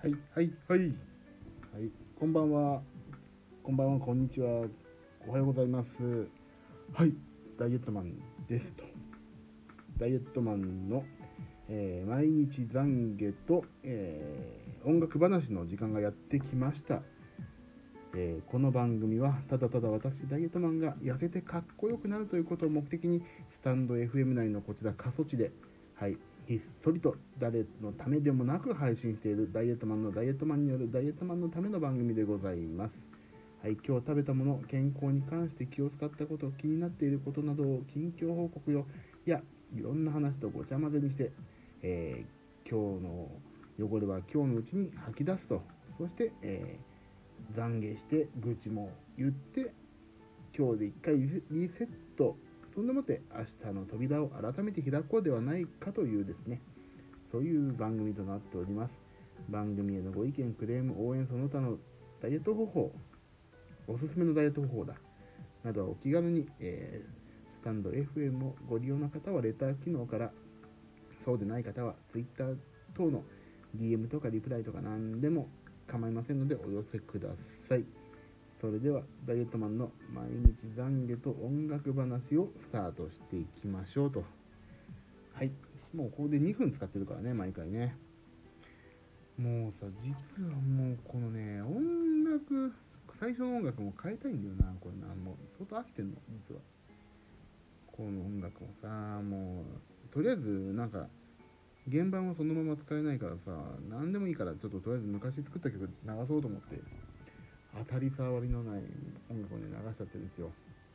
はいはいはい。はい、こんばんは。こんばんは、こんにちは。おはようございます。はい、ダイエットマンですと。ダイエットマンの、毎日懺悔と、音楽話の時間がやってきました。この番組はただただ私ダイエットマンが痩せてかっこよくなるということを目的にスタンド FM 内のこちら過疎地で、はい、ひっそりと誰のためでもなく配信しているダイエットマンのダイエットマンによるダイエットマンのための番組でございます。はい、今日食べたもの、健康に関して気を使ったこと、気になっていることなどを近況報告よやいろんな話とごちゃ混ぜにして、今日の汚れは今日のうちに吐き出すと、そして、懺悔して愚痴も言って今日で一回リセット、そんでもって明日の扉を改めて開こうではないかというですね、そういう番組となっております。番組へのご意見、クレーム、応援、その他のダイエット方法、おすすめのダイエット方法だなどはお気軽に、スタンド FM をご利用の方はレター機能から、そうでない方は Twitter 等の DM とかリプライとか何でも構いませんのでお寄せください。それではダイエットマンの毎日懺悔と音楽話をスタートしていきましょうと。はい、もうここで2分使ってるからね、毎回ね。もうさ、実はもうこのね、音楽、最初の音楽も変えたいんだよな、これな。もう相当飽きてんの、実は。この音楽もさ、もう、とりあえずなんか、原版はそのまま使えないからさ、何でもいいから、ちょっととりあえず昔作った曲流そうと思って、当たり障りのない音楽をね、流しちゃってるんですよ。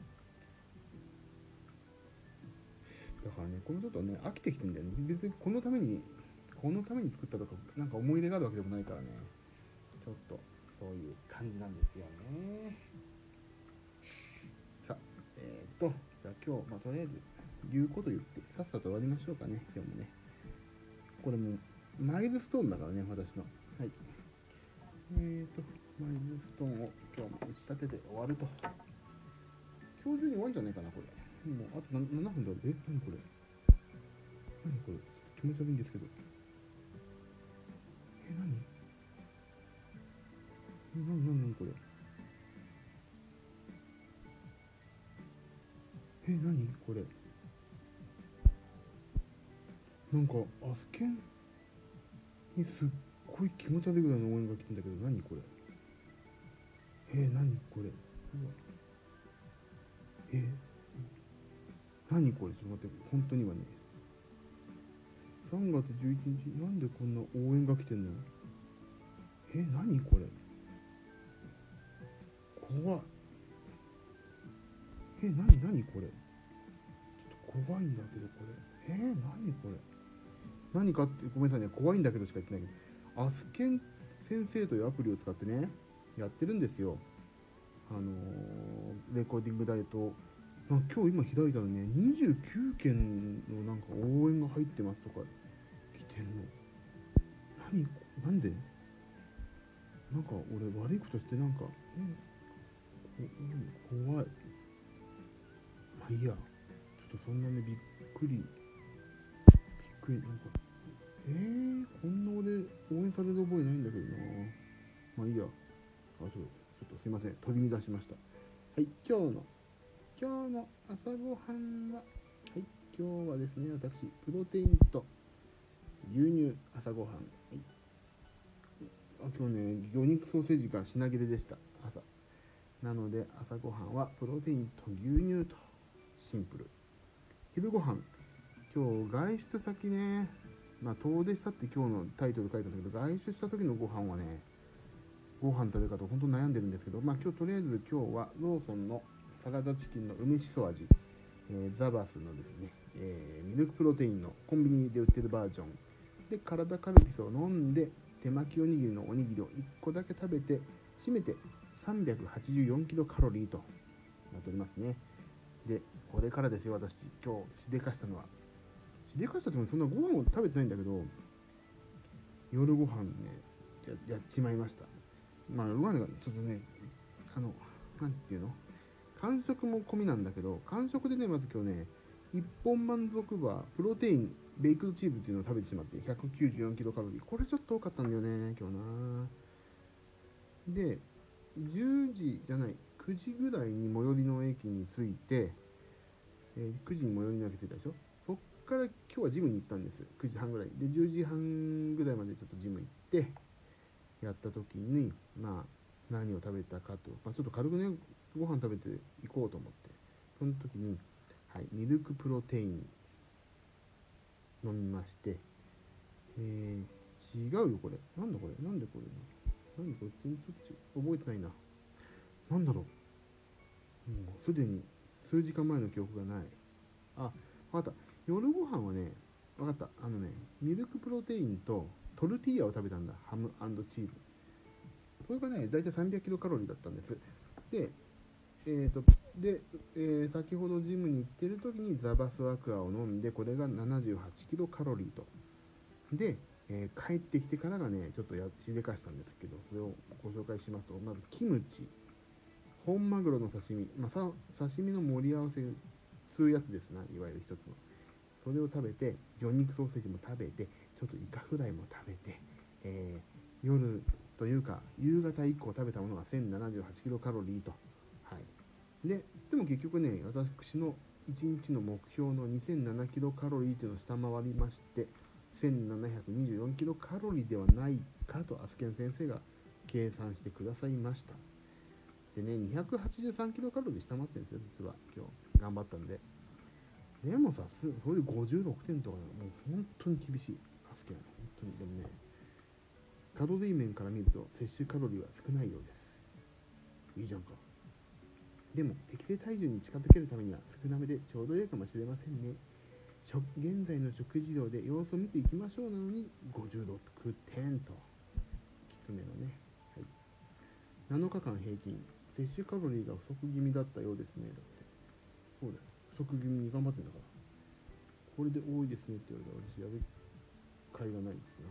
だからね、このちょっとね、飽きてきてんだよね。別にこのために作ったとか、なんか思い出があるわけでもないからね、ちょっと、そういう感じなんですよね。さあ、じゃあ今日、とりあえず、言うこと言って、さっさと終わりましょうかね、今日もね。これも、マイルストーンだからね、私の。はい。マイルストーンを今日も打ち立てて終わると。今日中に終わるんじゃないかな、これ。もう、あと7分だ。何これ。何これ。ちょっと気持ち悪いんですけど。何これ。何これ。なんか、アスケンにすっごい気持ち悪いぐらいの応援が来てんだけど、何これ。何これ。うわ。何これ。ちょっと待って、本当にはね。3月11日、なんでこんな応援が来てんの。何これ。怖っ。何これ。ちょっと怖いんだけど、これ。何これ。何かって、ごめんなさいね、怖いんだけどしか言ってないけど、アスケン先生というアプリを使ってね、やってるんですよ。レコーディングダイエットを。今日今開いたらね、29件のなんか応援が入ってますとか来てんの。なんでなんか俺悪いことしてなんか、怖い。まあいいや。ちょっとそんなね、びっくり、なんか、こんな俺応援される覚えないんだけどな。まあいいや。ちょっとすいません。取り乱しました。はい、今日の朝ごはんは、はい、今日はですね、私、プロテインと牛乳、朝ごはん。はい、今日ね、魚肉ソーセージが品切れでした、朝。なので、朝ごはんはプロテインと牛乳と、シンプル。昼ごはん、今日外出先ね、遠出したって今日のタイトル書いたんだけど、外出した時のご飯はね、ご飯食べ方本当悩んでるんですけど、今日とりあえず今日はローソンのサラダチキンの梅しそ味、ザバスのですね、ミルクプロテインのコンビニで売ってるバージョンで、体カルピスを飲んで、手巻きおにぎりのおにぎりを1個だけ食べて、締めて384キロカロリーとなっておりますね。で、これからですよ、私今日しでかしたのは。しでかしたってもそんなご飯を食べてないんだけど、夜ご飯ね、やっちまいました。夜ご飯がちょっとね、なんていうの、間食も込みなんだけど、間食でね、まず今日ね、一本満足バー、プロテインベイクドチーズっていうのを食べてしまって194キロカロリー。これちょっと多かったんだよね今日な。で10時じゃない9時ぐらいに最寄りの駅に着いて、9時に最寄りの駅に着いたでしょ。そっから今日はジムに行ったんです。9時半ぐらいで10時半ぐらいまでちょっとジム行ってやった時に、何を食べたかと、ちょっと軽くねご飯食べていこうと思って、その時に、ミルクプロテイン飲みまして、違うよこれ、なんでこれ全然ちょっと覚えてないな。なんだろう、もうすでに数時間前の記憶がない。分かった。夜ご飯はね、分かった。ミルクプロテインとトルティーヤを食べたんだ。ハム&チーズ。これがね、だいたい300キロカロリーだったんです。で、先ほどジムに行ってる時にザバスアクアを飲んで、これが78キロカロリーと。で、帰ってきてからがね、ちょっとしでかしたんですけど、それをご紹介しますと、まずキムチ、本マグロの刺身、刺身の盛り合わせするやつですな、いわゆる一つの。それを食べて、魚肉ソーセージも食べて、ちょっとイカフライも食べて、夜というか夕方以降食べたものが1078キロカロリーと。でも結局ね、私の1日の目標の2007キロカロリーというのを下回りまして、1724キロカロリーではないかとアスケン先生が計算してくださいました。でね、283キロカロリー下回ってるんですよ、実は。今日頑張ったんで。でもさ、それで56点とか、もう本当に厳しいアスケン。本当に。でもね、カロリー面から見ると摂取カロリーは少ないようです。いいじゃんか。でも適正体重に近づけるためには少なめでちょうどいいかもしれませんね。現在の食事量で様子を見ていきましょうなのに56点ときつめのね、7日間平均摂取カロリーが不足気味だったようですね。だってそうだよ、不足気味に頑張ってんだから。これで多いですねって言われたら私やる甲斐がないです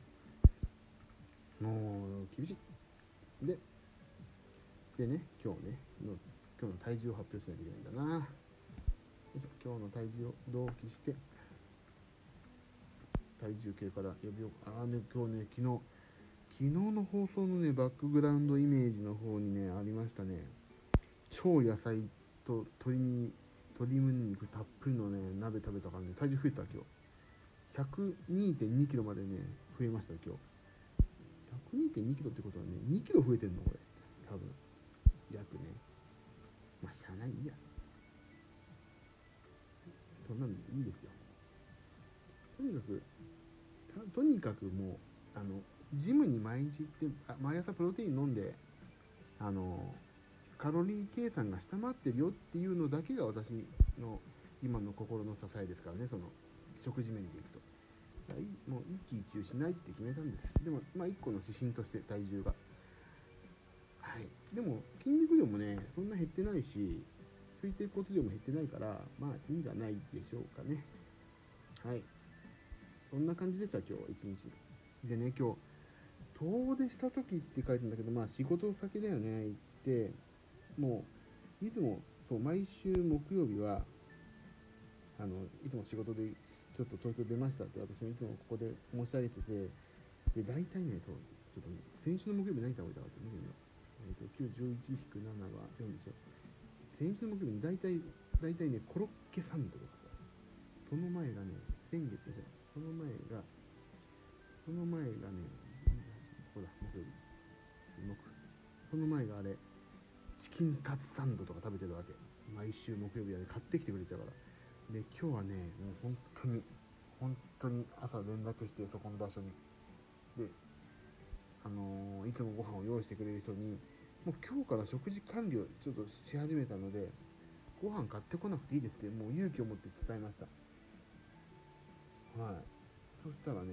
な。もう厳しい。でね、今日の体重を発表しなきゃいけないんだな。今日の体重を同期して体重計から呼びよう。今日ね、昨日の放送のねバックグラウンドイメージの方にねありましたね。超野菜と鶏胸肉たっぷりのね鍋食べたからね、体重増えた。今日 102.2 キロまでね増えました。今日 102.2 キロってことはね2キロ増えてんのこれ多分約ね。しゃあない、いいや、そんなんでいいですよ。とにかくもうジムに毎日行って毎朝プロテイン飲んでカロリー計算が下回ってるよっていうのだけが私の今の心の支えですからね。その食事面でいくともう一喜一憂しないって決めたんです。でも一個の指針として体重がでも筋肉量もねそんな減ってないし、推定骨量も減ってないからいいんじゃないでしょうかね。そんな感じでした今日一日でね。今日遠出した時って書いてるんだけど、仕事先だよね。行ってもういつも毎週木曜日はいつも仕事でちょっと東京出ましたって私もいつもここで申し上げてて、で大体ねちょっとね、先週の木曜日何食べたかって見てみよう。911-7は4でしょ。先週の木曜日に大体ねコロッケサンドとかさ、その前がね先月でしょ。その前がねここだ、木曜日その前があれチキンカツサンドとか食べてるわけ。毎週木曜日はね買ってきてくれちゃうから。で今日はねもう本当に朝連絡して、そこの場所にでいつもご飯を用意してくれる人に、もう今日から食事管理をちょっとし始めたのでご飯買ってこなくていいですってもう勇気を持って伝えました。そしたらね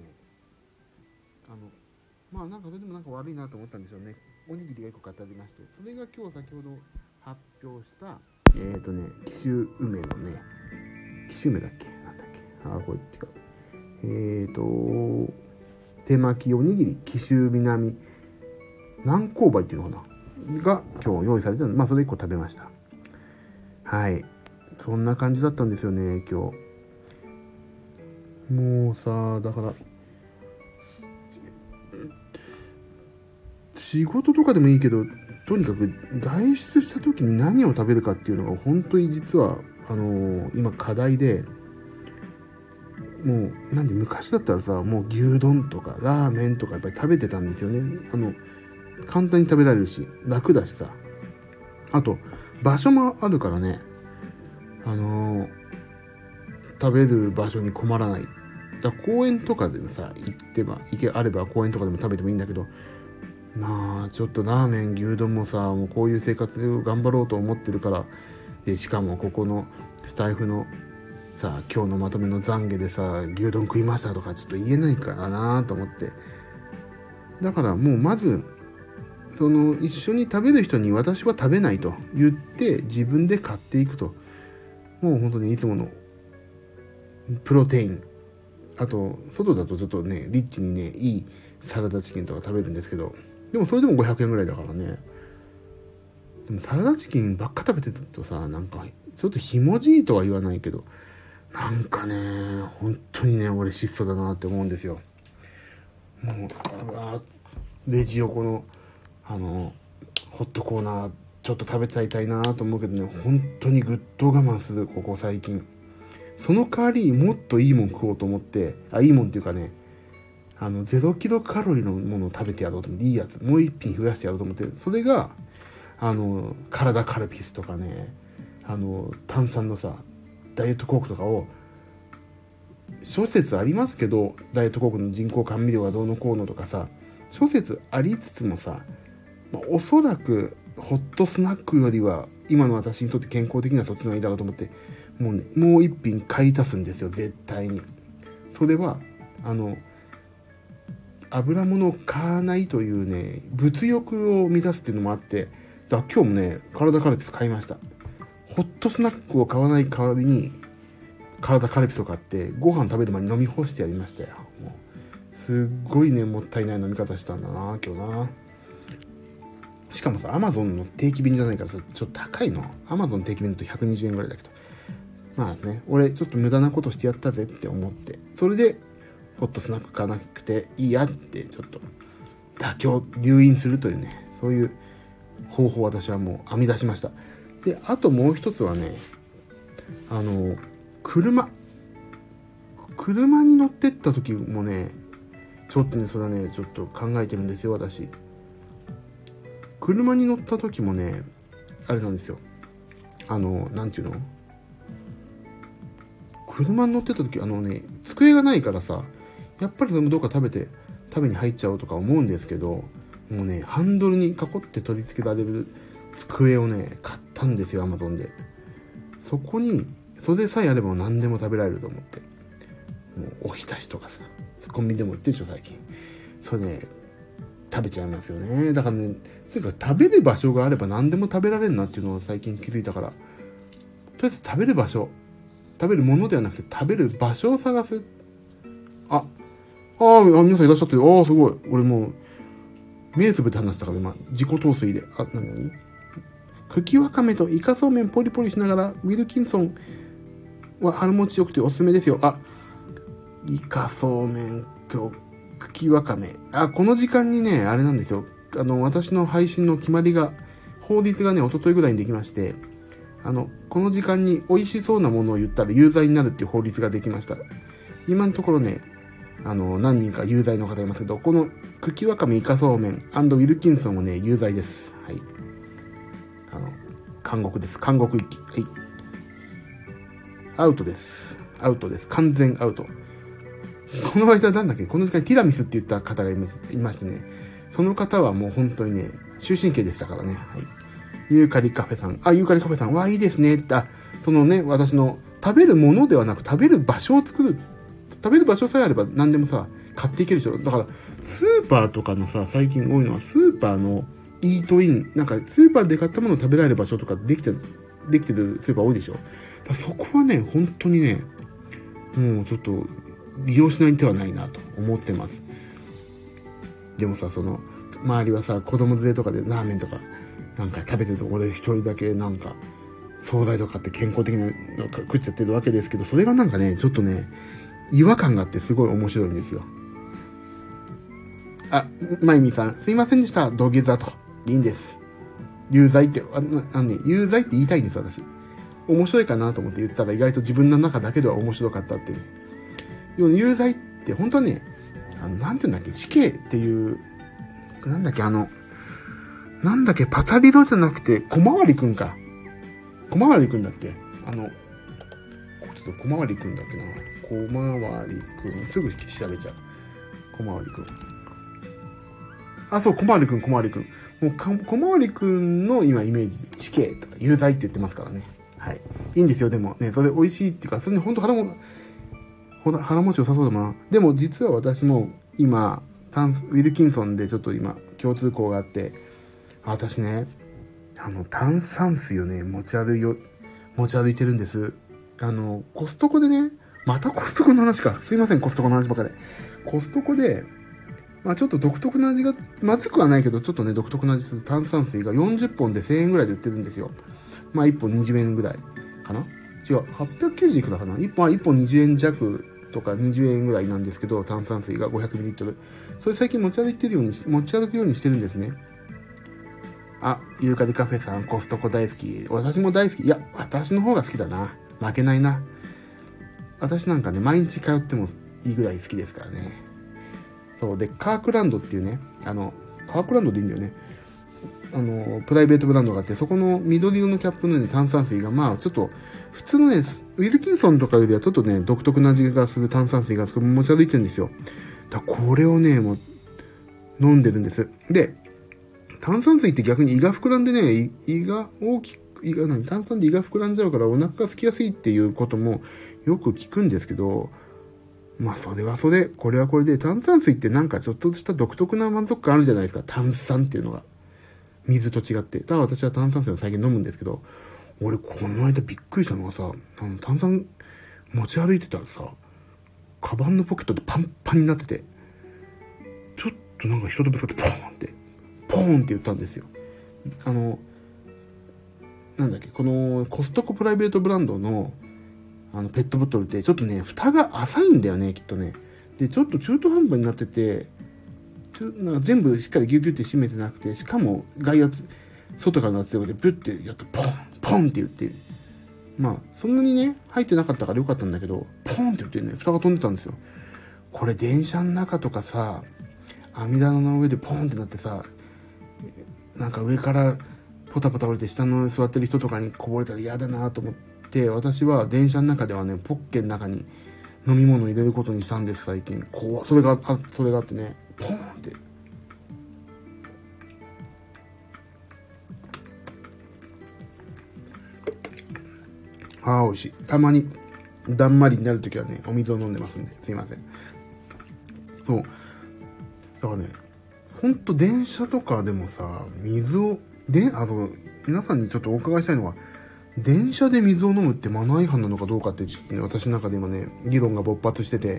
なんかそれでもなんか悪いなと思ったんでしょうね。おにぎりが1個買ってありまして、それが今日先ほど発表した紀州梅のね、紀州梅だっけなんだっけ、これ違う、手巻きおにぎり紀州南南高梅っていうのかなが今日用意されてたので、それ1個食べました。そんな感じだったんですよね今日。 もうさ、だから仕事とかでもいいけど、とにかく外出した時に何を食べるかっていうのが本当に実は今課題で、もう昔だったらさ、もう牛丼とかラーメンとかやっぱり食べてたんですよね。簡単に食べられるし楽だしさ、あと場所もあるからね、食べる場所に困らない。だから公園とかでさ、あれば公園とかでも食べてもいいんだけど、まあちょっとラーメン牛丼もさ、もうこういう生活を頑張ろうと思ってるから、でしかもここのスタイフのさ、今日のまとめの懺悔でさ、牛丼食いましたとかちょっと言えないからなと思って、だからもうまず一緒に食べる人に私は食べないと言って自分で買っていくと、もう本当にいつものプロテイン、あと外だとちょっとねリッチにねいいサラダチキンとか食べるんですけど、でもそれでも500円ぐらいだからね。でもサラダチキンばっか食べてるとさ、なんかちょっとひもじいとは言わないけど、なんかね本当にね俺質素だなって思うんですよ。もうレジ横のホットコーナーちょっと食べちゃいたいなと思うけどね、本当にぐっと我慢するここ最近。その代わりもっといいもん食おうと思って、いいもんっていうかね、0キロカロリーのものを食べてやろうと思って、いいやつもう一品増やしてやろうと思って、それが体カルピスとかね、炭酸のさダイエットコークとかを、諸説ありますけど、ダイエットコークの人工甘味料がどうのこうのとかさ、諸説ありつつもさ、おそらくホットスナックよりは今の私にとって健康的にはそっちの方がいいだろうと思って、もう一品買い足すんですよ絶対に。それは油物を買わないというね、物欲を満たすっていうのもあって、だから今日もね体カルピス買いました。ホットスナックを買わない代わりに体カルピスを買って、ご飯食べる前に飲み干してやりましたよ。もうすっごいねもったいない飲み方したんだな今日な。しかもさ、アマゾンの定期便じゃないからさ、ちょっと高いの。アマゾン定期便だと120円ぐらいだけど、まあね、俺ちょっと無駄なことしてやったぜって思って、それでホットスナック買わなくていいやってちょっと妥協留飲するというね、そういう方法を私はもう編み出しました。で、あともう一つはね、車に乗ってった時もね、ちょっとねそれはねちょっと考えてるんですよ私。車に乗った時もね、あれなんですよ、なんていうの、車に乗ってた時机がないからさ、やっぱりそれもどっか食べに入っちゃおうとか思うんですけど、もうねハンドルにカコって取り付けられる机をね買ったんですよ、アマゾンで。それさえあれば何でも食べられると思って、もうおひたしとかさ、コンビニでも売ってるでしょ最近。それね食べちゃいますよね。だからね、とにかく食べる場所があれば何でも食べられるなっていうのを最近気づいたから、とりあえず食べる場所、食べるものではなくて食べる場所を探す。皆さんいらっしゃってる。すごい。俺もう目つぶって話したから今自己陶酔で。何茎わかめとイカそうめんポリポリしながら、ウィルキンソンは腹持ちよくておすすめですよ。イカそうめんと茎わかめ。この時間にね、あれなんですよ。私の配信の決まりが、法律がね、一昨日ぐらいにできまして、この時間に美味しそうなものを言ったら有罪になるっていう法律ができました。今のところね、何人か有罪の方いますけど、この茎わかめイカそうめん&ウィルキンソンもね、有罪です。はい。監獄です。監獄行き。はい。アウトです。完全アウト。この間なんだっけ、この時間にティラミスって言った方がいましてね、その方はもう本当にね、終身刑でしたからね。はい。ユーカリカフェさん。ユーカリカフェさん。いいですね。そのね、私の食べるものではなく食べる場所を作る。食べる場所さえあれば何でもさ、買っていけるでしょ。だから、スーパーとかのさ、最近多いのはスーパーのイートイン。なんか、スーパーで買ったものを食べられる場所とかできてるスーパー多いでしょ。そこはね、本当にね、もうちょっと、利用しない手はないなと思ってます。でもさ、周りはさ、子供連れとかでラーメンとか、なんか食べてると俺一人だけなんか、惣菜とかって健康的なの食っちゃってるわけですけど、それがなんかね、ちょっとね、 違和感があってすごい面白いんですよ。あ、まゆみさん、すいませんでした。土下座と。いいんです。有罪って、有罪って言いたいんです、私。面白いかなと思って言ったら意外と自分の中だけでは面白かったっていう。要は有罪って本当はね、なんていうんだっけ、死刑っていう、なんだっけ、パタリロじゃなくて、小回りくんか。小回りくんだっけ、ちょっと小回りくんだっけな。小回りくん。すぐ調べちゃう。小回りくん。あ、そう、小回りくん。もう、小回りくんの今イメージで死刑とか有罪って言ってますからね。はい。いいんですよ、でもね、それ美味しいっていうか、それに本当腹持ち良さそうだな。でも実は私も今、ウィルキンソンでちょっと今、共通項があって、私ね、炭酸水をね、持ち歩いてるんです。コストコでね、またコストコの話か。すいません、コストコの話ばっかで。コストコで、まあちょっと独特な味が、まずくはないけど、ちょっとね、独特な味する炭酸水が40本で1000円ぐらいで売ってるんですよ。まあ1本20円ぐらいかな。違う、890いくらかな。1本20円弱とか20円ぐらいなんですけど、炭酸水が 500ml。それ最近持ち歩くようにしてるんですね。あ、ユーカリカフェさん、コストコ大好き。私も大好き。いや、私の方が好きだな。負けないな。私なんかね、毎日通ってもいいぐらい好きですからね。そう。で、カークランドっていうね、カークランドでいいんだよね。プライベートブランドがあって、そこの緑色のキャップのね、炭酸水が、まあ、ちょっと、普通のね、ウィルキンソンとかよりはちょっとね、独特な味がする炭酸水が持ち歩いてるんですよ。だからこれをね、もう、飲んでるんです。で、炭酸水って逆に胃が膨らんでね、炭酸で胃が膨らんじゃうからお腹が空きやすいっていうこともよく聞くんですけど、まあそれはそれ、これはこれで、炭酸水ってなんかちょっとした独特な満足感あるじゃないですか、炭酸っていうのが。水と違って。だから私は炭酸水を最近飲むんですけど、俺この間びっくりしたのがさ、炭酸持ち歩いてたらさ、カバンのポケットでパンパンになってて、ちょっとなんか人とぶつかってポーンって言ったんですよ。なんだっけ、このコストコプライベートブランドのペットボトルってちょっとね、蓋が浅いんだよね、きっとね。で、ちょっと中途半端になってて、なんか全部しっかりギュギュって締めてなくて、しかも外圧、外からの圧力でビュッてやっとポンって言って、まあ、そんなにね、入ってなかったからよかったんだけど、ポンって言ってね、蓋が飛んでたんですよ。これ電車の中とかさ、網棚の上でポンってなってさ、なんか上からポタポタ降りて下の座ってる人とかにこぼれたら嫌だなと思って、私は電車の中ではね、ポッケの中に飲み物入れることにしたんです、最近。それがあってね、ポーンって。ああ、美味しい。たまに、だんまりになるときはね、お水を飲んでますんで、すいません。そう。だからね、ほんと電車とかでもさ、皆さんにちょっとお伺いしたいのは、電車で水を飲むってマナー違反なのかどうかって、私の中で今ね、議論が勃発してて、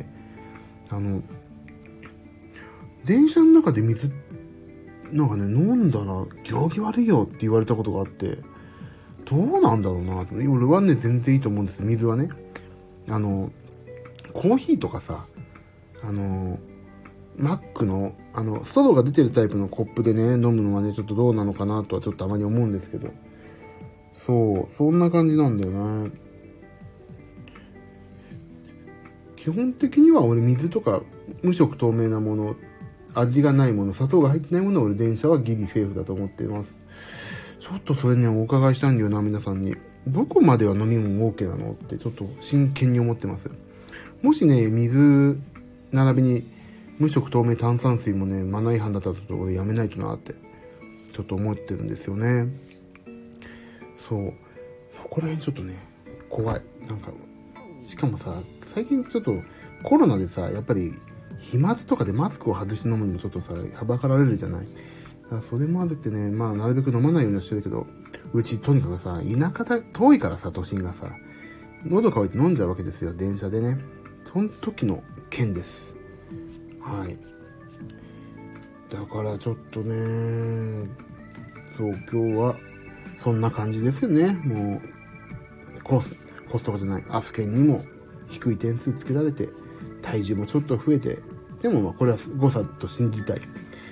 電車の中で水、なんかね、飲んだら行儀悪いよって言われたことがあって、どうなんだろうなと。俺はね、全然いいと思うんです。水はね。コーヒーとかさ、マックの、ストローが出てるタイプのコップでね、飲むのはね、ちょっとどうなのかなとはちょっとたまに思うんですけど。そう、そんな感じなんだよな。基本的には俺水とか無色透明なもの、味がないもの、砂糖が入ってないものは俺電車はギリセーフだと思っています。ちょっとそれね、お伺いしたいんだよな、皆さんに。どこまでは飲み物 OK なのってちょっと真剣に思ってます。もしね、水、並びに無色透明炭酸水もね、マナー違反だったらちょっと俺やめないとなって、ちょっと思ってるんですよね。そう。そこら辺ちょっとね、怖い。なんか、しかもさ、最近ちょっとコロナでさ、やっぱり飛沫とかでマスクを外して飲むのもちょっとさ、はばかられるじゃない。だからそれもあるってね、まあなるべく飲まないようにしてるけど、うちとにかくさ、遠いからさ、都心がさ、喉乾いて飲んじゃうわけですよ、電車でね。その時の件です。はい。だからちょっとね、そう、今日は、そんな感じですよね。もう、コストコじゃない、アスケンにも低い点数つけられて、 体重もちょっと増えて、でもまあこれは誤差と信じたい。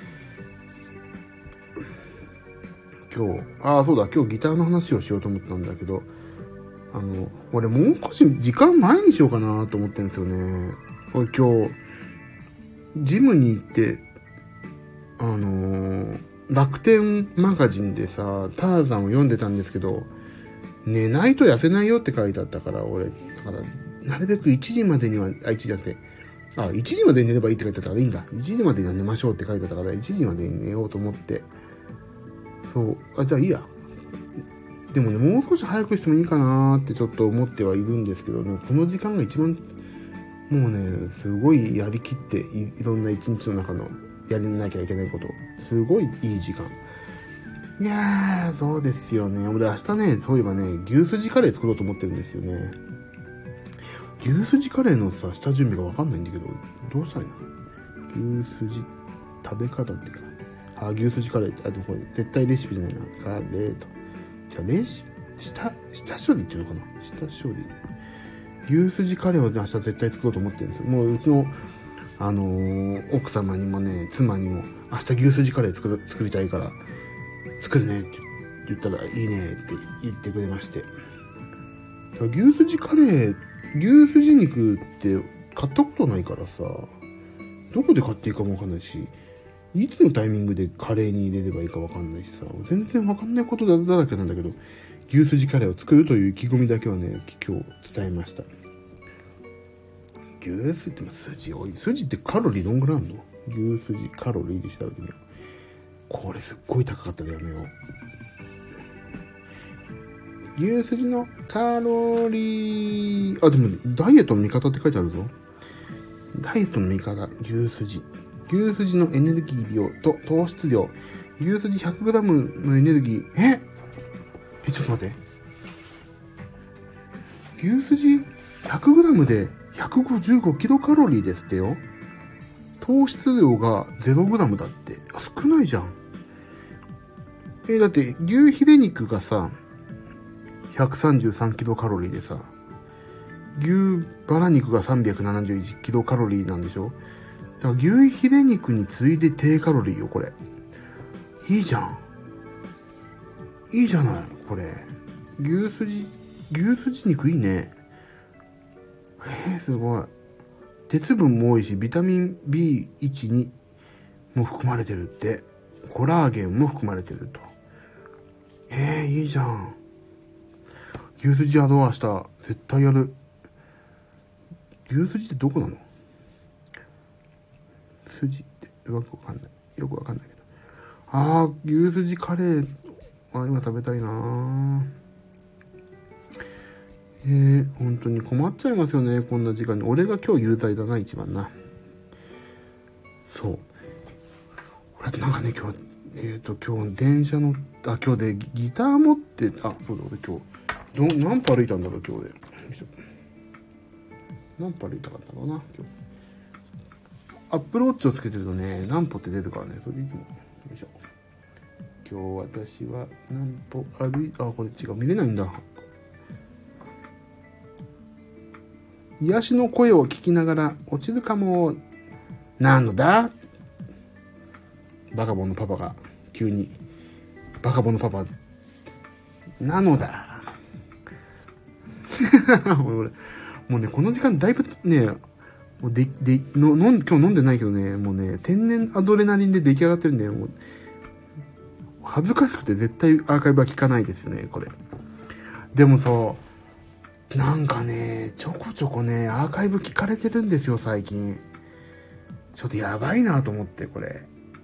今日ギターの話をしようと思ったんだけど、俺もう少し時間前にしようかなと思ってるんですよね。俺今日、ジムに行って、楽天マガジンでさ、ターザンを読んでたんですけど、寝ないと痩せないよって書いてあったから、俺、だから、なるべく1時までには、1時だって、1時までに寝ればいいって書いてあったからいいんだ。1時までには寝ましょうって書いてあったから、1時までに寝ようと思って、そう、じゃあいいや。でもね、もう少し早くしてもいいかなーってちょっと思ってはいるんですけどね、この時間が一番、もうね、すごいやりきって、いろんな一日の中のやりなきゃいけないこと、すごいいい時間。いやー、そうですよね。俺明日ね、そういえばね、牛すじカレー作ろうと思ってるんですよね。牛すじカレーのさ、下準備がわかんないんだけど、どうしたらいいの？牛すじ、食べ方っていうか。牛すじカレーって、でもこれ、絶対レシピじゃないな。カレーと。じゃあ、下処理っていうのかな？下処理。牛すじカレーを、ね、明日絶対作ろうと思ってるんですよ。もううちの、奥様にもね、妻にも、明日牛すじカレー作りたいから、作るねって言ったら、いいねって言ってくれまして。牛すじカレー、牛すじ肉って買ったことないからさ、どこで買っていいかもわかんないし、いつのタイミングでカレーに入れればいいかわかんないしさ、全然わかんないことだらけなんだけど、牛すじカレーを作るという意気込みだけはね、今日伝えました。牛すじって筋多い。筋ってカロリーどんぐらいあんの？牛すじカロリーで調べてみよう。これすっごい高かったらやめよう。牛すじのカロリー、でもダイエットの味方って書いてあるぞ。ダイエットの味方、牛すじ。牛すじのエネルギー量と糖質量。牛すじ 100g のエネルギー。ちょっと待って。牛すじ 100g で155キロカロリーですってよ。糖質量が 0g だって。少ないじゃん。だって牛ヒレ肉がさ、133キロカロリーでさ、牛バラ肉が371キロカロリーなんでしょ？だから牛ヒレ肉に次いで低カロリーよ、これ。いいじゃん。いいじゃない、これ。牛すじ肉いいね。すごい。鉄分も多いし、ビタミン B1、2も含まれてるって。コラーゲンも含まれてると。いいじゃん。牛すじやろう、明日。絶対やる。牛すじってどこなの？筋ってよくわかんない。よくわかんないけど。牛すじカレーは今食べたいなぁ。本当に困っちゃいますよね、こんな時間に。俺が今日有罪だな、一番な。そう。俺なんかね、今日電車の、今日でギター持って、そうだ、俺今日、何歩歩いたんだろう、今日で。何歩歩いたかったろうな、今日。アップルウォッチをつけてるとね、何歩って出るからね、それいつも。よいしょ。今日私は何歩歩い、これ違う、見れないんだ。癒しの声を聞きながら落ちるかも。なのだ？バカボンのパパが急にバカボンのパパなのだ。俺もうね、この時間だいぶね、もう今日飲んでないけどね、もうね、天然アドレナリンで出来上がってるんで、もう恥ずかしくて絶対アーカイブは聞かないですね、これ。でもさ、なんかね、ちょこちょこね、アーカイブ聞かれてるんですよ、最近。ちょっとやばいなと思って、これ。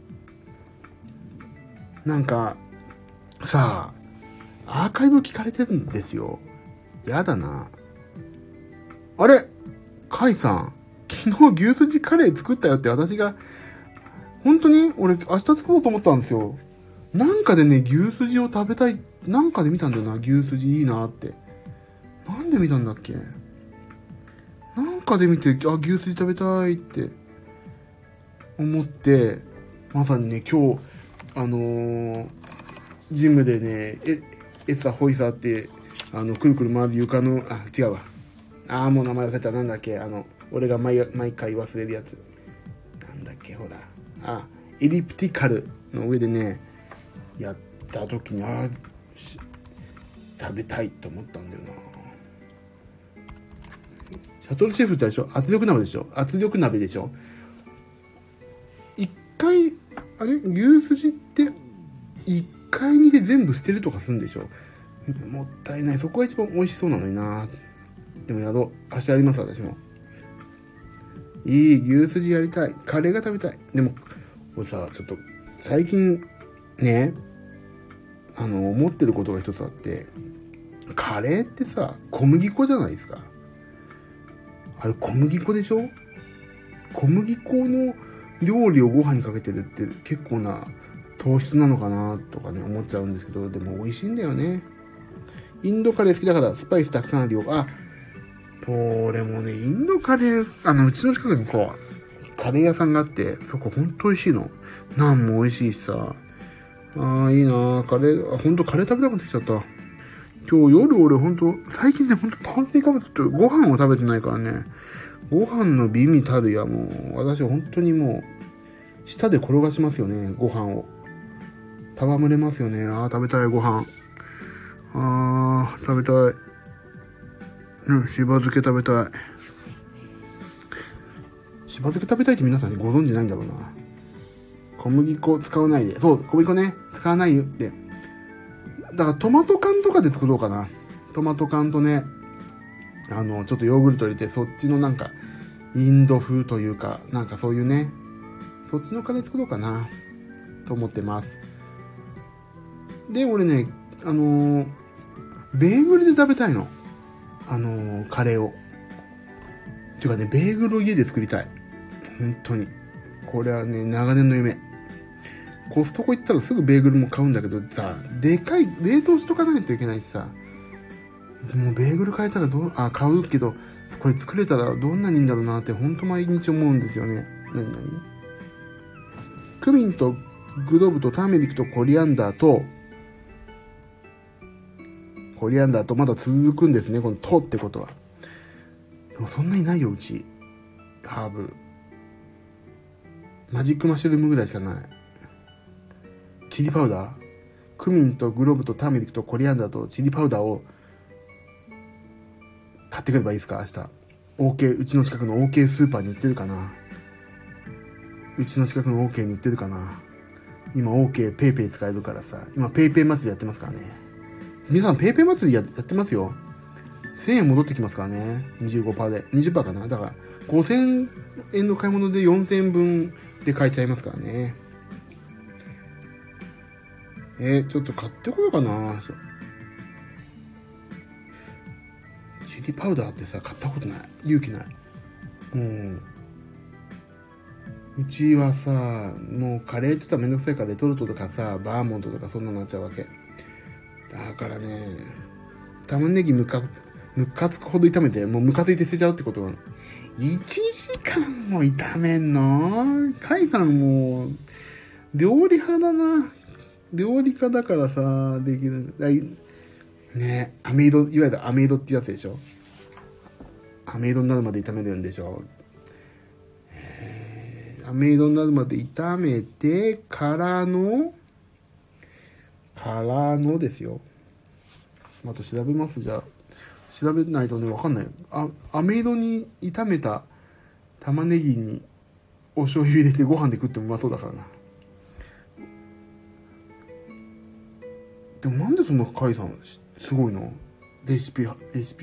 なんか、さあ、アーカイブ聞かれてるんですよ。やだな。あれ？カイさん、昨日牛すじカレー作ったよって私が、本当に俺明日作ろうと思ったんですよ。なんかでね、牛すじを食べたい、なんかで見たんだよな、牛すじいいなって。なんで見たんだっけ？なんかで見て、牛すじ食べたいって思って、まさにね、今日、ジムでね、エサホイサーって、くるくる回る床の、違うわ。 もう名前忘れた。なんだっけ、俺が毎回忘れるやつ。なんだっけ、ほら。エリプティカルの上でね、やった時に、食べたいと思ったんだよな。シャトルシェフってでしょ、圧力鍋でしょ。一回、牛すじって一回煮で全部捨てるとかするんでしょ。もったいない。そこが一番美味しそうなのにな。でもやろう。明日やります、私も。いい牛すじやりたい。カレーが食べたい。でも俺さ、ちょっと最近ね、思ってることが一つあって、カレーってさ、小麦粉じゃないですか。あれ小麦粉でしょ。小麦粉の料理をご飯にかけてるって結構な糖質なのかなとかね、思っちゃうんですけど、でも美味しいんだよね。インドカレー好きだからスパイスたくさんあるよ。俺もね、インドカレー、うちの近くにカレー屋さんがあって、そこほんと美味しいの。ナンも美味しいしさ。いいなカレー、ほんとカレー食べたくなってきちゃった。今日夜俺ほんと、最近ね、ほんと炭水化物ってご飯を食べてないからね、ご飯の美味たるやもう、私は本当にもう、舌で転がしますよね、ご飯を。戯れますよね。食べたい、ご飯。食べたい。しば漬け食べたい。しば漬け食べたいって皆さんご存知ないんだろうな。小麦粉使わないで。そう、小麦粉ね、使わないよって。だからトマト缶とかで作ろうかな。トマト缶とね、ちょっとヨーグルト入れて、そっちのなんか、インド風というか、なんかそういうね、そっちのカレー作ろうかな、と思ってます。で、俺ね、ベーグルで食べたいの。カレーを。ていうかね、ベーグルを家で作りたい。本当に。これはね、長年の夢。コストコ行ったらすぐベーグルも買うんだけどさ、でかい、冷凍しとかないといけないしさ、もうベーグル買えたら買うけど、これ作れたらどんなにいいんだろうなって、ほんと毎日思うんですよね。クミンとグローブとターメリックとコリアンダーとまだ続くんですね、このとってことは。でもそんなにないよ、うち。ハーブ。マジックマッシュルームぐらいしかない。チリパウダー、クミンとグローブとターメリックとコリアンダーとチリパウダーを買ってくればいいですか、明日。うちの近くの OK スーパーに売ってるかな。うちの近くの OK に売ってるかな。今 OK ペイペイ使えるからさ。今ペイペイ祭りやってますからね。皆さんペイペイ祭りやってますよ。1000円戻ってきますからね。25% で。20% かな。だから5000円の買い物で4000円分で買えちゃいますからね。ちょっと買ってこようかな。チリパウダーってさ、買ったことない。勇気ない。うちはさ、もうカレーって言ったらめんどくさいからレトルトとかさ、バーモントとかそんなのなっちゃうわけ。だからね、玉ねぎムカつくほど炒めて、もうムカついて捨てちゃうってことなの。1時間も炒めんの？カイさんもう、料理派だな。料理家だからさ、できる。ね、いわゆる飴色ってやつでしょ。飴色になるまで炒めるんでしょ。飴色になるまで炒めてからのですよ。また調べます。じゃあ調べないとね、わかんない。飴色に炒めた玉ねぎにお醤油入れてご飯で食ってもうまそうだからな。でもなんでそんなカイさんすごいの？レシピが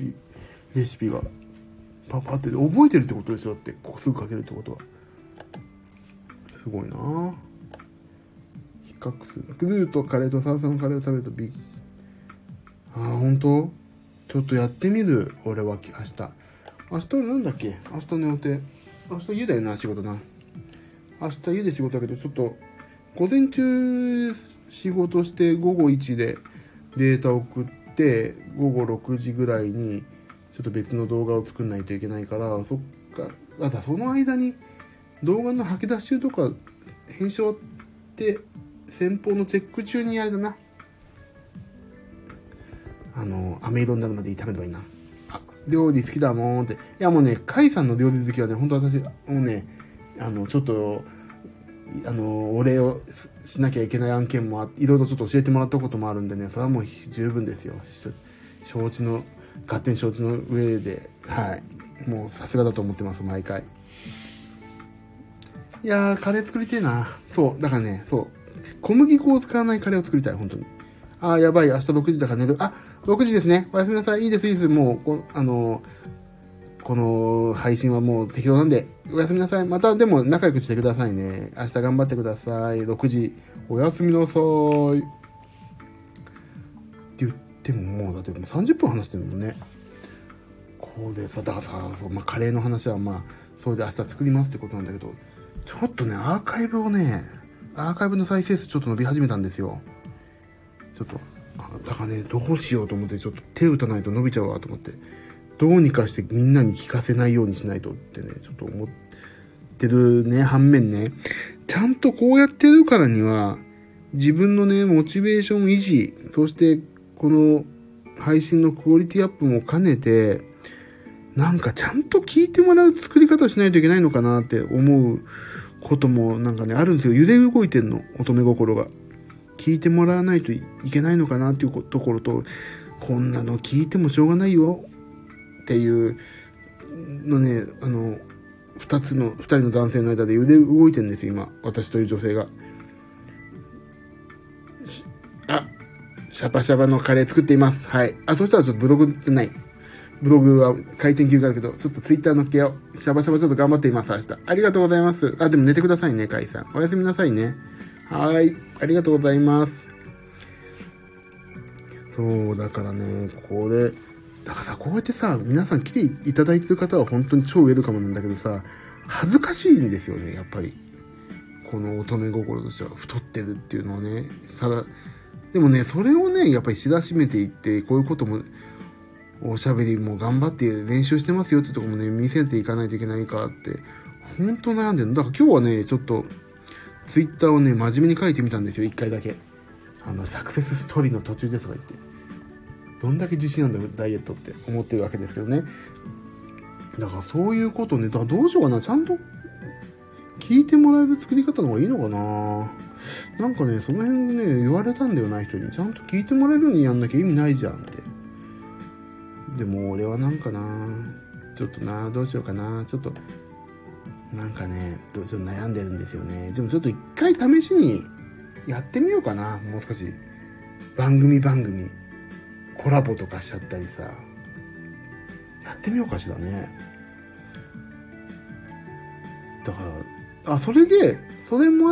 パパって覚えてるってことですよ。ってここすぐかけるってことはすごいな。比較する。クルーとカレーとサーサのカレーを食べると本当？ちょっとやってみる。俺は明日なんだっけ？明日の予定。明日家だよな、仕事な。明日家で仕事だけど、ちょっと午前中仕事して午後1でデータ送って、午後6時ぐらいにちょっと別の動画を作んないといけないから、その間に動画の吐き出し中とか編集って先方のチェック中にあれだな。飴色になるまで炒めればいいな。 料理好きだもんって。いやもうね、カイさんの料理好きはね、本当私、もうね、ちょっと、お礼をしなきゃいけない案件もいろいろちょっと教えてもらったこともあるんでね、それはもう十分ですよ。承知の、勝手に承知の上で、はい。もうさすがだと思ってます、毎回。いやー、カレー作りてえな。そう、だからね、そう。小麦粉を使わないカレーを作りたい、本当に。あー、やばい、明日6時だから寝る。あ、6時ですね。おやすみなさい。いいです、いいです。もう、この配信はもう適当なんで、おやすみなさい。またでも仲良くしてくださいね。明日頑張ってください。6時、おやすみなさい。って言ってももう、だってもう30分話してるもんね。こうでさ、だからさ、まあ、カレーの話はまあ、それで明日作りますってことなんだけど、ちょっとね、アーカイブの再生数ちょっと伸び始めたんですよ。ちょっと、だからね、どうしようと思って、ちょっと手打たないと伸びちゃうわと思って、どうにかしてみんなに聞かせないようにしないとってね、ちょっと思ってるね、反面ね、ちゃんとこうやってるからには、自分のね、モチベーション維持、そしてこの配信のクオリティアップも兼ねて、なんかちゃんと聞いてもらう作り方をしないといけないのかなって思うこともなんかね、あるんですよ。揺れ動いてんの、乙女心が。聞いてもらわないといけないのかなっていうところと、こんなの聞いてもしょうがないよっていうのね、二人の男性の間で揺れ動いてるんですよ、今。私という女性が。シャバシャバのカレー作っています。はい。そしたらちょっとブログじゃない。ブログは回転休暇だけど、ちょっとツイッターのっけよう。シャバシャバちょっと頑張っています、明日。ありがとうございます。でも寝てくださいね、カイさん。おやすみなさいね。はい。ありがとうございます。そう、だからね、だからさ、こうやってさ、皆さん来ていただいてる方は本当に超ウェルカムなんだけどさ、恥ずかしいんですよね、やっぱり。この乙女心としては太ってるっていうのはね、でもね、それをね、やっぱり知らしめていって、こういうことも、おしゃべりも頑張って練習してますよってとこもね、見せていかないといけないかって、ほんと悩んでるの。だから今日はね、ちょっと、ツイッターをね、真面目に書いてみたんですよ、一回だけ。サクセスストーリーの途中ですとか言って。どんだけ自信あるんだよ、ダイエットって思ってるわけですけどね。だからそういうことね、だからどうしようかな、ちゃんと聞いてもらえる作り方の方がいいのかな。なんかね、その辺ね、言われたんだよな、人に。ちゃんと聞いてもらえるようにやんなきゃ意味ないじゃんって。でも俺はなんかな、ちょっとな、どうしようかな、ちょっと、なんかね、ちょっと悩んでるんですよね。でもちょっと一回試しにやってみようかな、もう少し。番組、コラボとかしちゃったりさ。やってみようかしらね。だから、それもあって、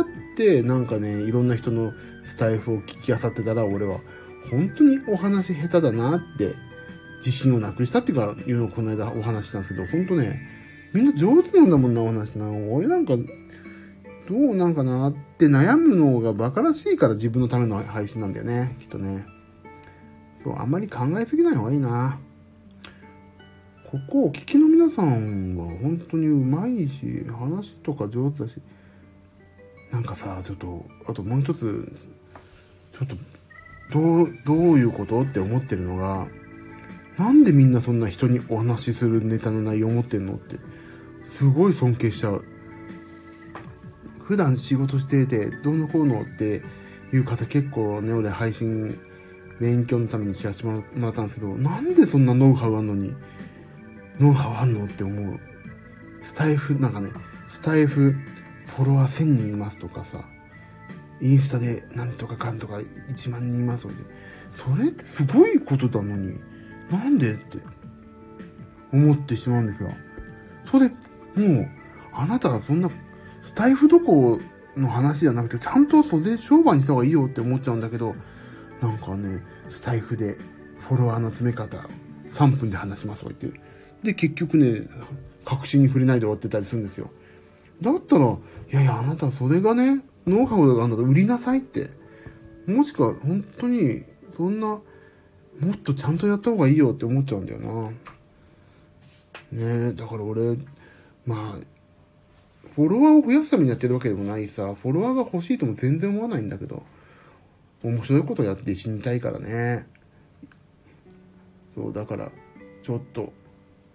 なんかね、いろんな人のスタイフを聞き漁ってたら、俺は、本当にお話下手だなって、自信をなくしたっていうのをこの間お話したんですけど、本当ね、みんな上手なんだもんな、お話な。俺なんか、どうなんかなって悩むのが馬鹿らしいから自分のための配信なんだよね、きっとね。そう、あんまり考えすぎない方がいいな。ここを聞きの皆さんは本当にうまいし、話とか上手だし、なんかさ、ちょっと、あともう一つ、ちょっと、どういうことって思ってるのが、なんでみんなそんな人にお話しするネタの内容を持ってんのって、すごい尊敬しちゃう。普段仕事してて、どうのこうのっていう方結構ね、俺配信、勉強のために聞かせてもらったんですけど、なんでそんなノウハウあんのって思う。スタイフフォロワー1000人いますとかさ、インスタでなんとかかんとか1万人いますので、それすごいことなのに、なんでって思ってしまうんですよ。それ、もう、あなたがそんな、スタイフどこの話じゃなくて、ちゃんとそれで商売にした方がいいよって思っちゃうんだけど、なんかね、スタイフでフォロワーの詰め方、3分で話しますとか言って。で、結局ね、確信に触れないで終わってたりするんですよ。だったら、いやいや、あなたそれがね、ノウハウがあるんだから売りなさいって。もしくは、本当に、そんな、もっとちゃんとやった方がいいよって思っちゃうんだよな。ねえ、だから俺、まあ、フォロワーを増やすためにやってるわけでもないさ、フォロワーが欲しいとも全然思わないんだけど、面白いことやって死にたいからね。そう、だから、ちょっと、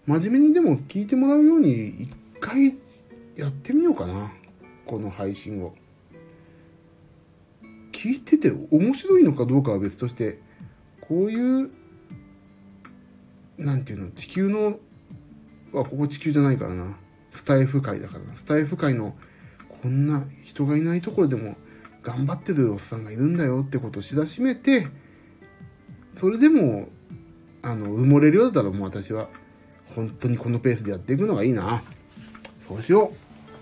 真面目にでも聞いてもらうように一回やってみようかな。この配信を。聞いてて面白いのかどうかは別として、こういう、なんていうの、地球の、ここ地球じゃないからな。スタイフ界だからな。スタイフ界のこんな人がいないところでも頑張ってるおっさんがいるんだよってことを知らしめて、それでも、埋もれるようだったらもう私は、本当にこのペースでやっていくのがいいな。そうしよ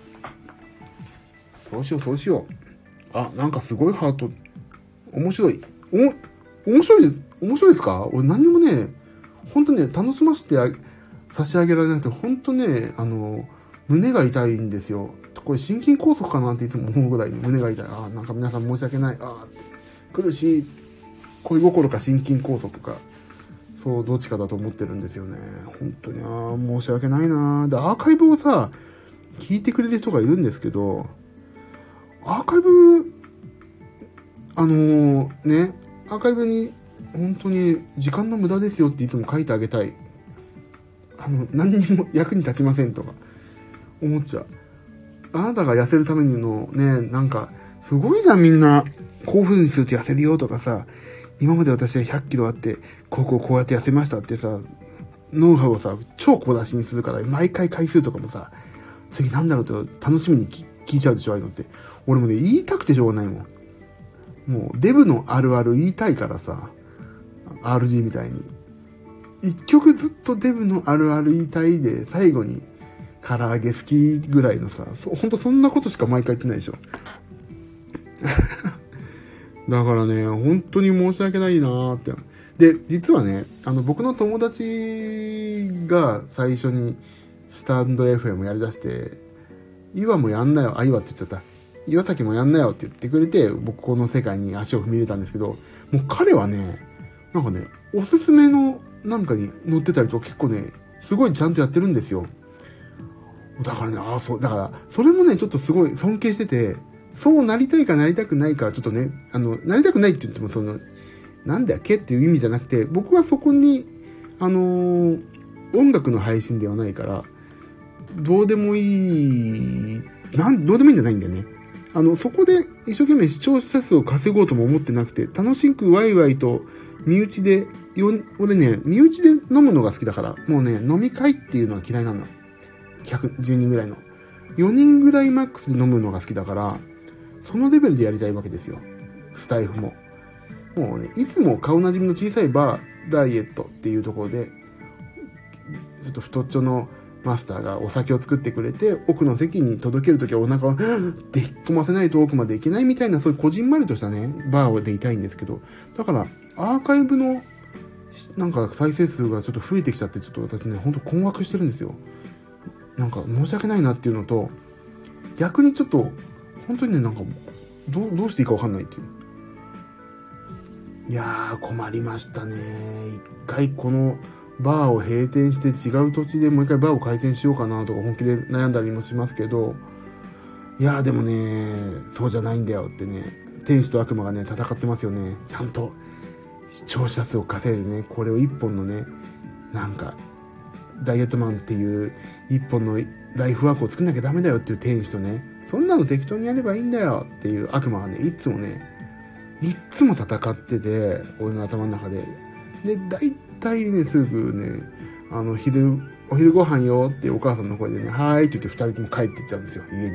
う。そうしよう。あ、なんかすごいハート。面白い。面白いですか？俺何にもね、本当ね、楽しませて差し上げられなくて、本当ね、胸が痛いんですよ。これ心筋梗塞かなっていつも思うぐらいに胸が痛い。なんか皆さん申し訳ない。苦しい。恋心か心筋梗塞か。そう、どっちかだと思ってるんですよね。本当に、申し訳ないな。で、アーカイブをさ、聞いてくれる人がいるんですけど、アーカイブ、アーカイブに、本当に時間の無駄ですよっていつも書いてあげたい。何にも役に立ちませんとか、思っちゃう。あなたが痩せるためにのね、なんか、すごいじゃんみんな。こういう風にすると痩せるよとかさ、今まで私は100キロあって、こうやって痩せましたってさ、ノウハウをさ、超小出しにするから、毎回回数とかもさ、次なんだろうと楽しみに聞いちゃうでしょ、ああいうのって。俺もね、言いたくてしょうがないもん。もう、デブのあるある言いたいからさ、RG みたいに。一曲ずっとデブのあるある言いたいで、最後に、唐揚げ好きぐらいのさ、ほんとそんなことしか毎回言ってないでしょ。だからね、本当に申し訳ないなーって。で、実はね、僕の友達が最初にスタンド FM やりだして、岩もやんなよ、岩って言っちゃった。岩崎もやんなよって言ってくれて、僕この世界に足を踏み入れたんですけど、もう彼はね、なんかね、おすすめのなんかに載ってたりと結構ね、すごいちゃんとやってるんですよ。だからね、だから、それもね、ちょっとすごい尊敬してて、そうなりたいかなりたくないか、ちょっとね、なりたくないって言っても、なんだっけっていう意味じゃなくて、僕はそこに、音楽の配信ではないから、どうでもいいんじゃないんだよね。そこで一生懸命視聴者数を稼ごうとも思ってなくて、楽しくワイワイと身内で、俺ね、身内で飲むのが好きだから、もうね、飲み会っていうのは嫌いなの。10人ぐらいの。4人ぐらいマックスで飲むのが好きだから、そのレベルでやりたいわけですよ。スタイフも。もうね、いつも顔なじみの小さいバー、ダイエットっていうところで、ちょっと太っちょのマスターがお酒を作ってくれて、奥の席に届けるときはお腹をで引っ込ませないと奥まで行けないみたいな、そういうこじんまりとしたね、バーでいたいんですけど、だから、アーカイブの、なんか再生数がちょっと増えてきちゃって、ちょっと私ね、ほんと困惑してるんですよ。なんか申し訳ないなっていうのと、逆にちょっと、本当にね、なんか、どうしていいかわかんないっていう。いやー、困りましたね。一回このバーを閉店して違う土地でもう一回バーを開店しようかなとか本気で悩んだりもしますけど、いやーでもね、そうじゃないんだよってね、天使と悪魔がね、戦ってますよね。ちゃんと視聴者数を稼いでね、これを一本のね、なんか、ダイエットマンっていう一本のライフワークを作んなきゃダメだよっていう天使とね、そんなの適当にやればいいんだよっていう悪魔はね、いつも戦ってて、俺の頭の中で。で、大体ね、すぐね、お昼ご飯よってお母さんの声でね、はーいって言って二人とも帰ってっちゃうんですよ、家に。だ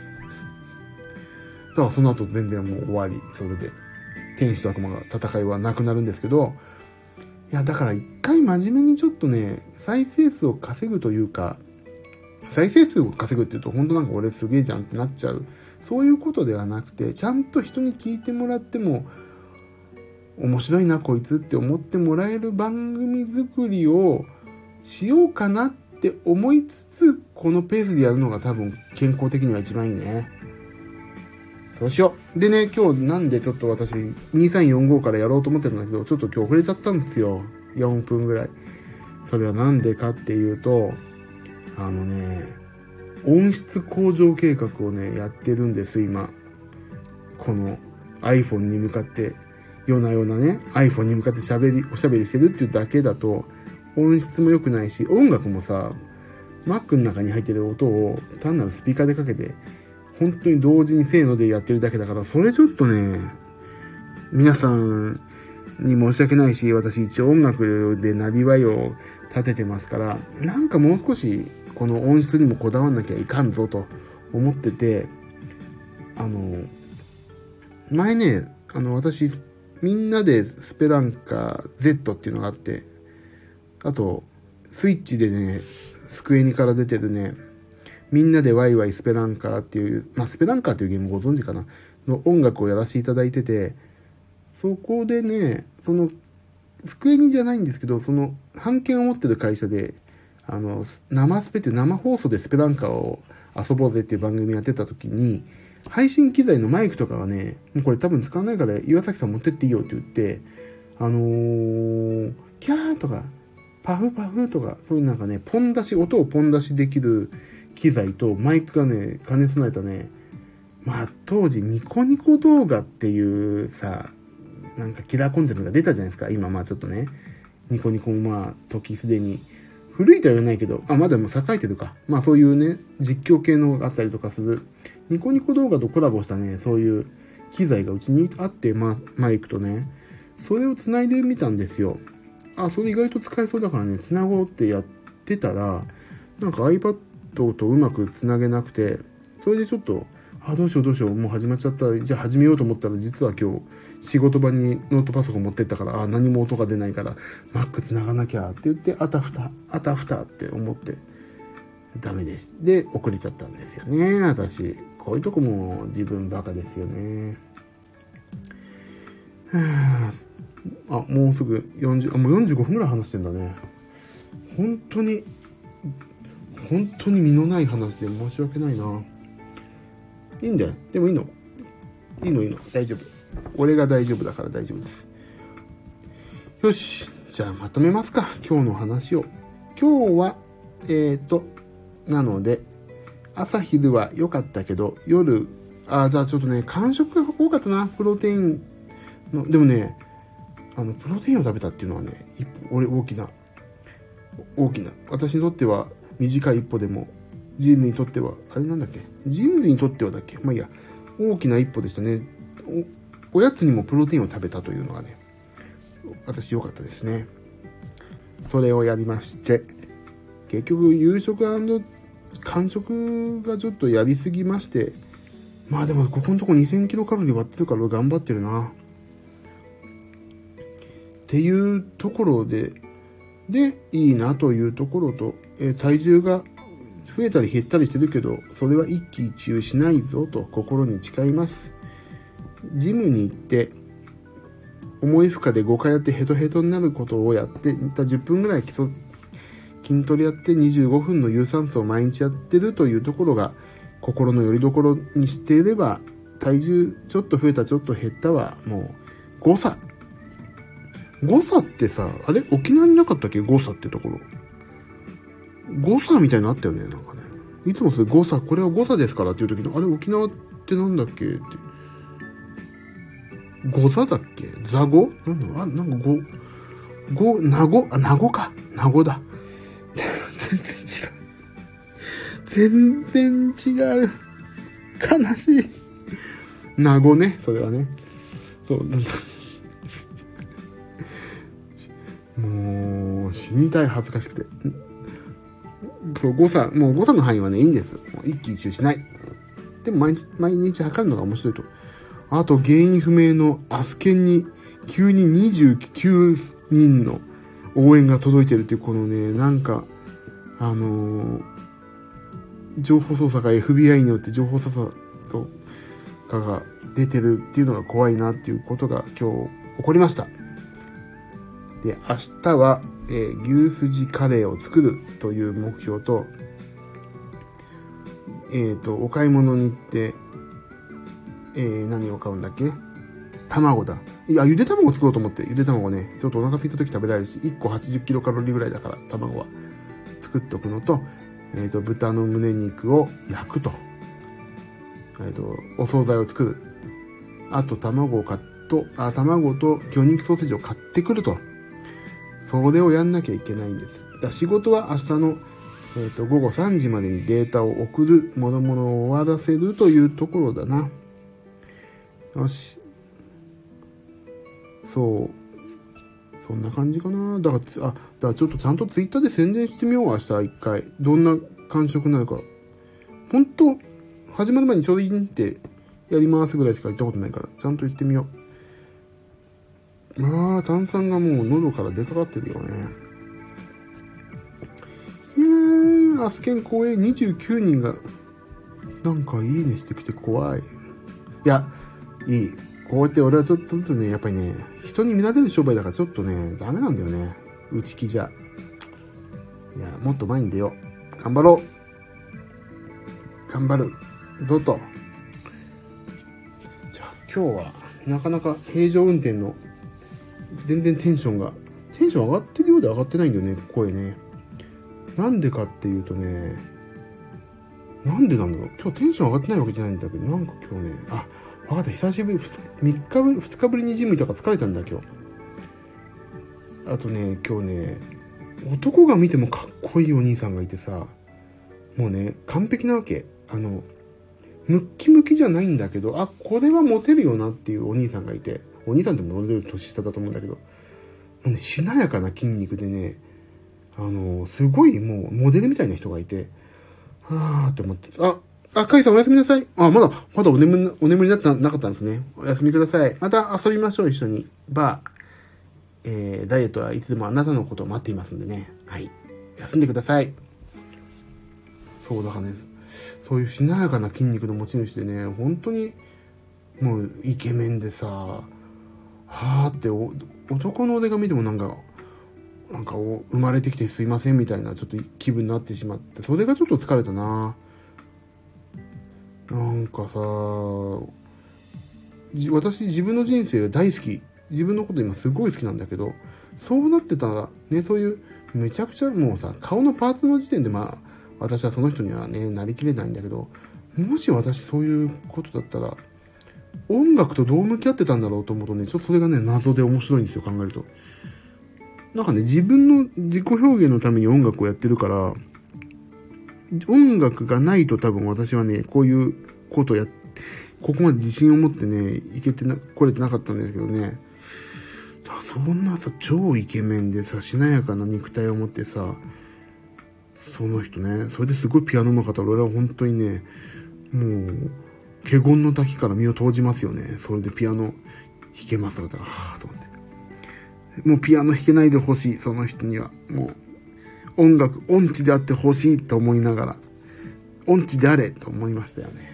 からその後全然もう終わり、それで。天使と悪魔が戦いはなくなるんですけど、いや、だから一回真面目にちょっとね、再生数を稼ぐというか、再生数を稼ぐって言うと、本当なんか俺すげえじゃんってなっちゃう。そういうことではなくて、ちゃんと人に聞いてもらっても、面白いなこいつって思ってもらえる番組作りをしようかなって思いつつ、このペースでやるのが多分健康的には一番いいね。そうしよう。でね、今日なんでちょっと私2345からやろうと思ってたんだけど、ちょっと今日遅れちゃったんですよ。4分ぐらい。それはなんでかっていうと、音質向上計画をね、やってるんです、今。この iPhone に向かって、夜な夜なね、iPhone に向かっておしゃべりしてるっていうだけだと、 音質も良くないし、音楽もさ、Mac の中に入ってる音を単なるスピーカーでかけて、本当に同時にせーのでやってるだけだから、それちょっとね、皆さんに申し訳ないし、私一応音楽でなりわいを立ててますから、なんかもう少しこの音質にもこだわんなきゃいかんぞと思ってて、前ね、私、みんなでスペランカ Z っていうのがあって、あと、スイッチでね、スクエニから出てるね、みんなでワイワイスペランカーっていう、スペランカーっていうゲームご存知かなの音楽をやらせていただいてて、そこでね、スクエニじゃないんですけど、版権を持ってる会社で、生スペっていう生放送でスペランカーを遊ぼうぜっていう番組やってた時に、配信機材のマイクとかがね、もうこれ多分使わないから岩崎さん持ってっていいよって言って、キャーとか、パフパフとか、そういうなんかね、音をポン出しできる機材とマイクがね、兼ね備えたね、当時ニコニコ動画っていうさ、なんかキラーコンテンツが出たじゃないですか。今ちょっとね、ニコニコも時すでに、古いとは言わないけど、まだもう栄えてるか。そういうね、実況系のがあったりとかする、ニコニコ動画とコラボしたね、そういう機材がうちにあって、マイクとね、それを繋いでみたんですよ。それ意外と使えそうだからね、繋ごうってやってたら、なんか iPad とうまく繋げなくて、それでちょっと、どうしよう、もう始まっちゃった。じゃあ始めようと思ったら、実は今日、仕事場にノートパソコン持ってったから、何も音が出ないから、Mac 繋がなきゃって言って、あたふたって思って、ダメです。で、遅れちゃったんですよね、私。こういうとこも自分バカですよね。もうすぐもう45分ぐらい話してんだね。本当に身のない話で申し訳ないな。いいんだよ。でもいいの。大丈夫。俺が大丈夫だから大丈夫です。よし。じゃあまとめますか。今日の話を。今日は、なので、朝昼は良かったけど、夜、じゃあちょっとね、間食が多かったな。プロテインの、でもね、プロテインを食べたっていうのはね、大きな、私にとっては短い一歩でも、人類にとっては、人類にとってはだっけいいや、大きな一歩でしたね。おやつにもプロテインを食べたというのがね、私良かったですね。それをやりまして、結局夕食&間食がちょっとやりすぎまして、でもここのとこ2000キロカロリー割ってるから頑張ってるな。っていうところでいいなというところと、体重が増えたり減ったりしてるけど、それは一喜一憂しないぞと心に誓います。ジムに行って、重い負荷で5回やってヘトヘトになることをやって、10分ぐらい筋トレやって25分の有酸素を毎日やってるというところが、心の拠り所にしていれば、体重ちょっと増えたちょっと減ったは、もう誤差ってさ、沖縄になかったっけ誤差ってところ。誤差みたいなのあったよね、なんかね。いつもそれ誤差、これは誤差ですからっていう時の、沖縄ってなんだっけって。誤差だっけ座語なんか名護か。名護だ。全然違う。悲しい。名護ね、それはね。そう、もう、死にたい、恥ずかしくて。そう、誤差の範囲はね、いいんです。もう一喜一憂しない。でも毎日測るのが面白いと。あと、原因不明のアスケンに、急に29人の応援が届いてるっていう、このね、なんか、情報操作が FBI によって情報操作とかが出てるっていうのが怖いなっていうことが今日起こりました。で、明日は、牛すじカレーを作るという目標と、お買い物に行って、何を買うんだっけ？卵だ。ゆで卵作ろうと思って、ゆで卵ね、ちょっとお腹空いた時食べられるし、1個80キロカロリーぐらいだから、卵は作っておくのと、豚の胸肉を焼くと。お惣菜を作る。あと、卵と魚肉ソーセージを買ってくると。 それをやんなきゃいけないんです。仕事は明日の、午後3時までにデータを送る、もろもろを終わらせるというところだな。よし。そう。そんな感じかな。だからちょっとちゃんとツイッターで宣伝してみよう、明日一回。どんな感触になるか。ほんと、始まる前にちょうどいいってやりますぐらいしか言ったことないから、ちゃんと言ってみよう。まあ、炭酸がもう喉から出かかってるよね。アスケン光栄29人が、なんかいいねしてきて怖い。いや、いい。こうやって俺はちょっとずつね、やっぱりね、人に見られる商売だからちょっとね、ダメなんだよね。内気じゃ。いや、もっと前に出よう。頑張ろう。頑張る。ぞと。じゃあ今日は、なかなか平常運転の、全然テンション上がってるようで上がってないんだよね、声ね。なんでかっていうとね、なんでなんだろう。今日テンション上がってないわけじゃないんだけど、なんか今日ね、わかった、久しぶり、2日ぶりにジムとか疲れたんだ、今日。あとね、今日ね、男が見てもかっこいいお兄さんがいてさ、もうね、完璧なわけ。ムッキムキじゃないんだけど、これはモテるよなっていうお兄さんがいて、お兄さんっても俺より年下だと思うんだけど、もうね、しなやかな筋肉でね、すごいもうモデルみたいな人がいて、はーって思って、カイさんおやすみなさい。まだお眠りになかったんですね。おやすみください。また遊びましょう、一緒に。ダイエットはいつでもあなたのことを待っていますんでね。はい。休んでください。そうだからね、そういうしなやかな筋肉の持ち主でね、本当に、もうイケメンでさ、はーって男の俺が見てもなんか生まれてきてすいませんみたいなちょっと気分になってしまって、それがちょっと疲れたな。なんかさ、私自分の人生が大好き。自分のこと今すごい好きなんだけど、そうなってたら、ね、そういうめちゃくちゃもうさ、顔のパーツの時点で私はその人にはね、なりきれないんだけど、もし私そういうことだったら、音楽とどう向き合ってたんだろうと思うとね、ちょっとそれがね、謎で面白いんですよ、考えると。なんかね、自分の自己表現のために音楽をやってるから、音楽がないと多分私はね、こういうことここまで自信を持ってね、来れてなかったんですけどね。そんなさ、超イケメンでさ、しなやかな肉体を持ってさ、その人ね、それですごいピアノの方、俺は本当にね、もう、華厳の滝から身を投じますよね。それでピアノ弾けますとか、はぁと思って。もうピアノ弾けないでほしい、その人には。もう、音痴であってほしいと思いながら、音痴であれと思いましたよね。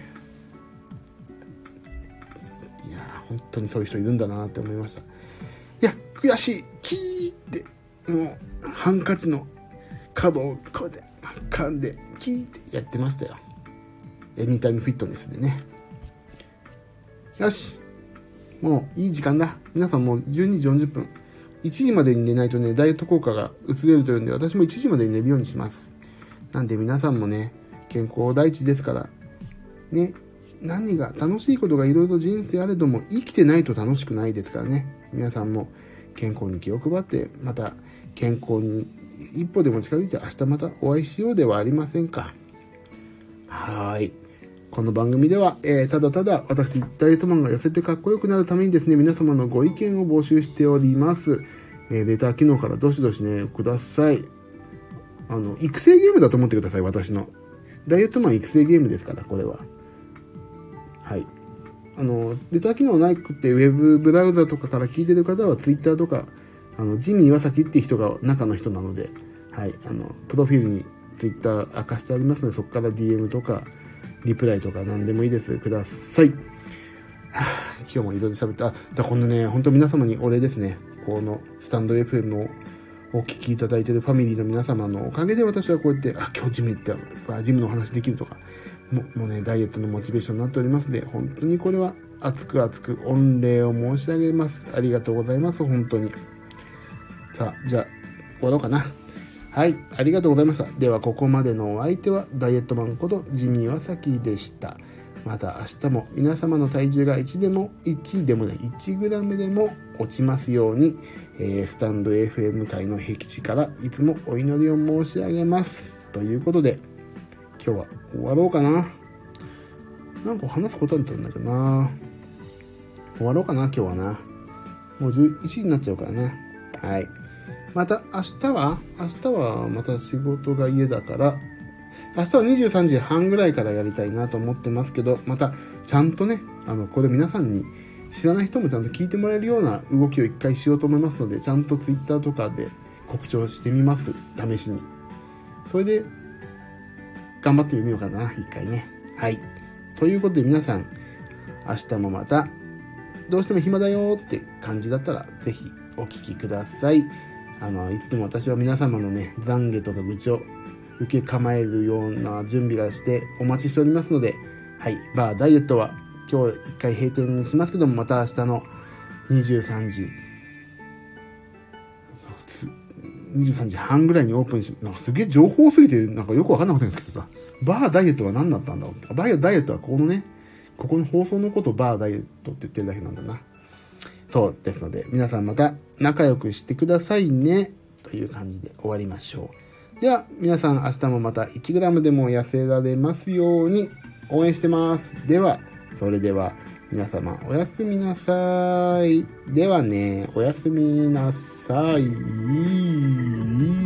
いやー、本当にそういう人いるんだなって思いました。いや、悔しい、キーって、もう、ハンカチの角をこうやって噛んで、キーってやってましたよ。エニタイムフィットネスでね。よし。もういい時間だ。皆さんもう12時40分。1時までに寝ないとね、ダイエット効果が薄れるというんで、私も1時までに寝るようにします。なんで皆さんもね、健康第一ですから、ね、何が楽しいことがいろいろ人生あれども、生きてないと楽しくないですからね。皆さんも健康に気を配って、また健康に一歩でも近づいて明日またお会いしようではありませんか。はい。この番組では、ただただ私、ダイエットマンが痩せてかっこよくなるためにですね、皆様のご意見を募集しております。レター機能からどしどしね、ください。育成ゲームだと思ってください、私の。ダイエットマン育成ゲームですから、これは。はい。レター機能なくて、ウェブブラウザとかから聞いてる方は、ツイッターとか、ジミー岩崎っていう人が中の人なので、はい。プロフィールにツイッター明かしてありますので、そこから DM とか、リプライとか何でもいいです。ください。今日もいろいろ喋った。このね、本当皆様にお礼ですね。このスタンド FM をお聞きいただいているファミリーの皆様のおかげで私はこうやって、今日ジム行ったら、ジムのお話できるとか、もうね、ダイエットのモチベーションになっておりますので、本当にこれは熱く御礼を申し上げます。ありがとうございます。本当に。さあ、じゃあ、終わろうかな。はい、ありがとうございました。では、ここまでのお相手は、ダイエットマンことジミー・ワサキでした。 また明日も皆様の体重が1グラムでも落ちますように、スタンド FM 界の僻地からいつもお祈りを申し上げます。ということで、今日は終わろうかな。なんか話すことあったんだけどな。終わろうかな、今日はな。もう11時になっちゃうからね。はい。また明日はまた仕事が家だから、明日は23時半ぐらいからやりたいなと思ってますけど、またちゃんとね、これ皆さんに知らない人もちゃんと聞いてもらえるような動きを一回しようと思いますので、ちゃんと Twitter とかで告知をしてみます。試しに。それで、頑張ってみようかな、一回ね。はい。ということで皆さん、明日もまた、どうしても暇だよって感じだったら、ぜひお聞きください。いつでも私は皆様のね、懺悔とか愚痴を受け構えるような準備がしてお待ちしておりますので、はい、バーダイエットは今日一回閉店にしますけども、また明日の23時半ぐらいにオープンし、なんかすげえ情報すぎてなんかよくわかんなかったんですけどさ、バーダイエットは何だったんだろう。バーダイエットはここの放送のことをバーダイエットって言ってるだけなんだな。そうですので、皆さんまた仲良くしてくださいね。という感じで終わりましょう。では、皆さん明日もまた 1g でも痩せられますように応援してます。では、それでは皆様おやすみなさい。ではね、おやすみなさい。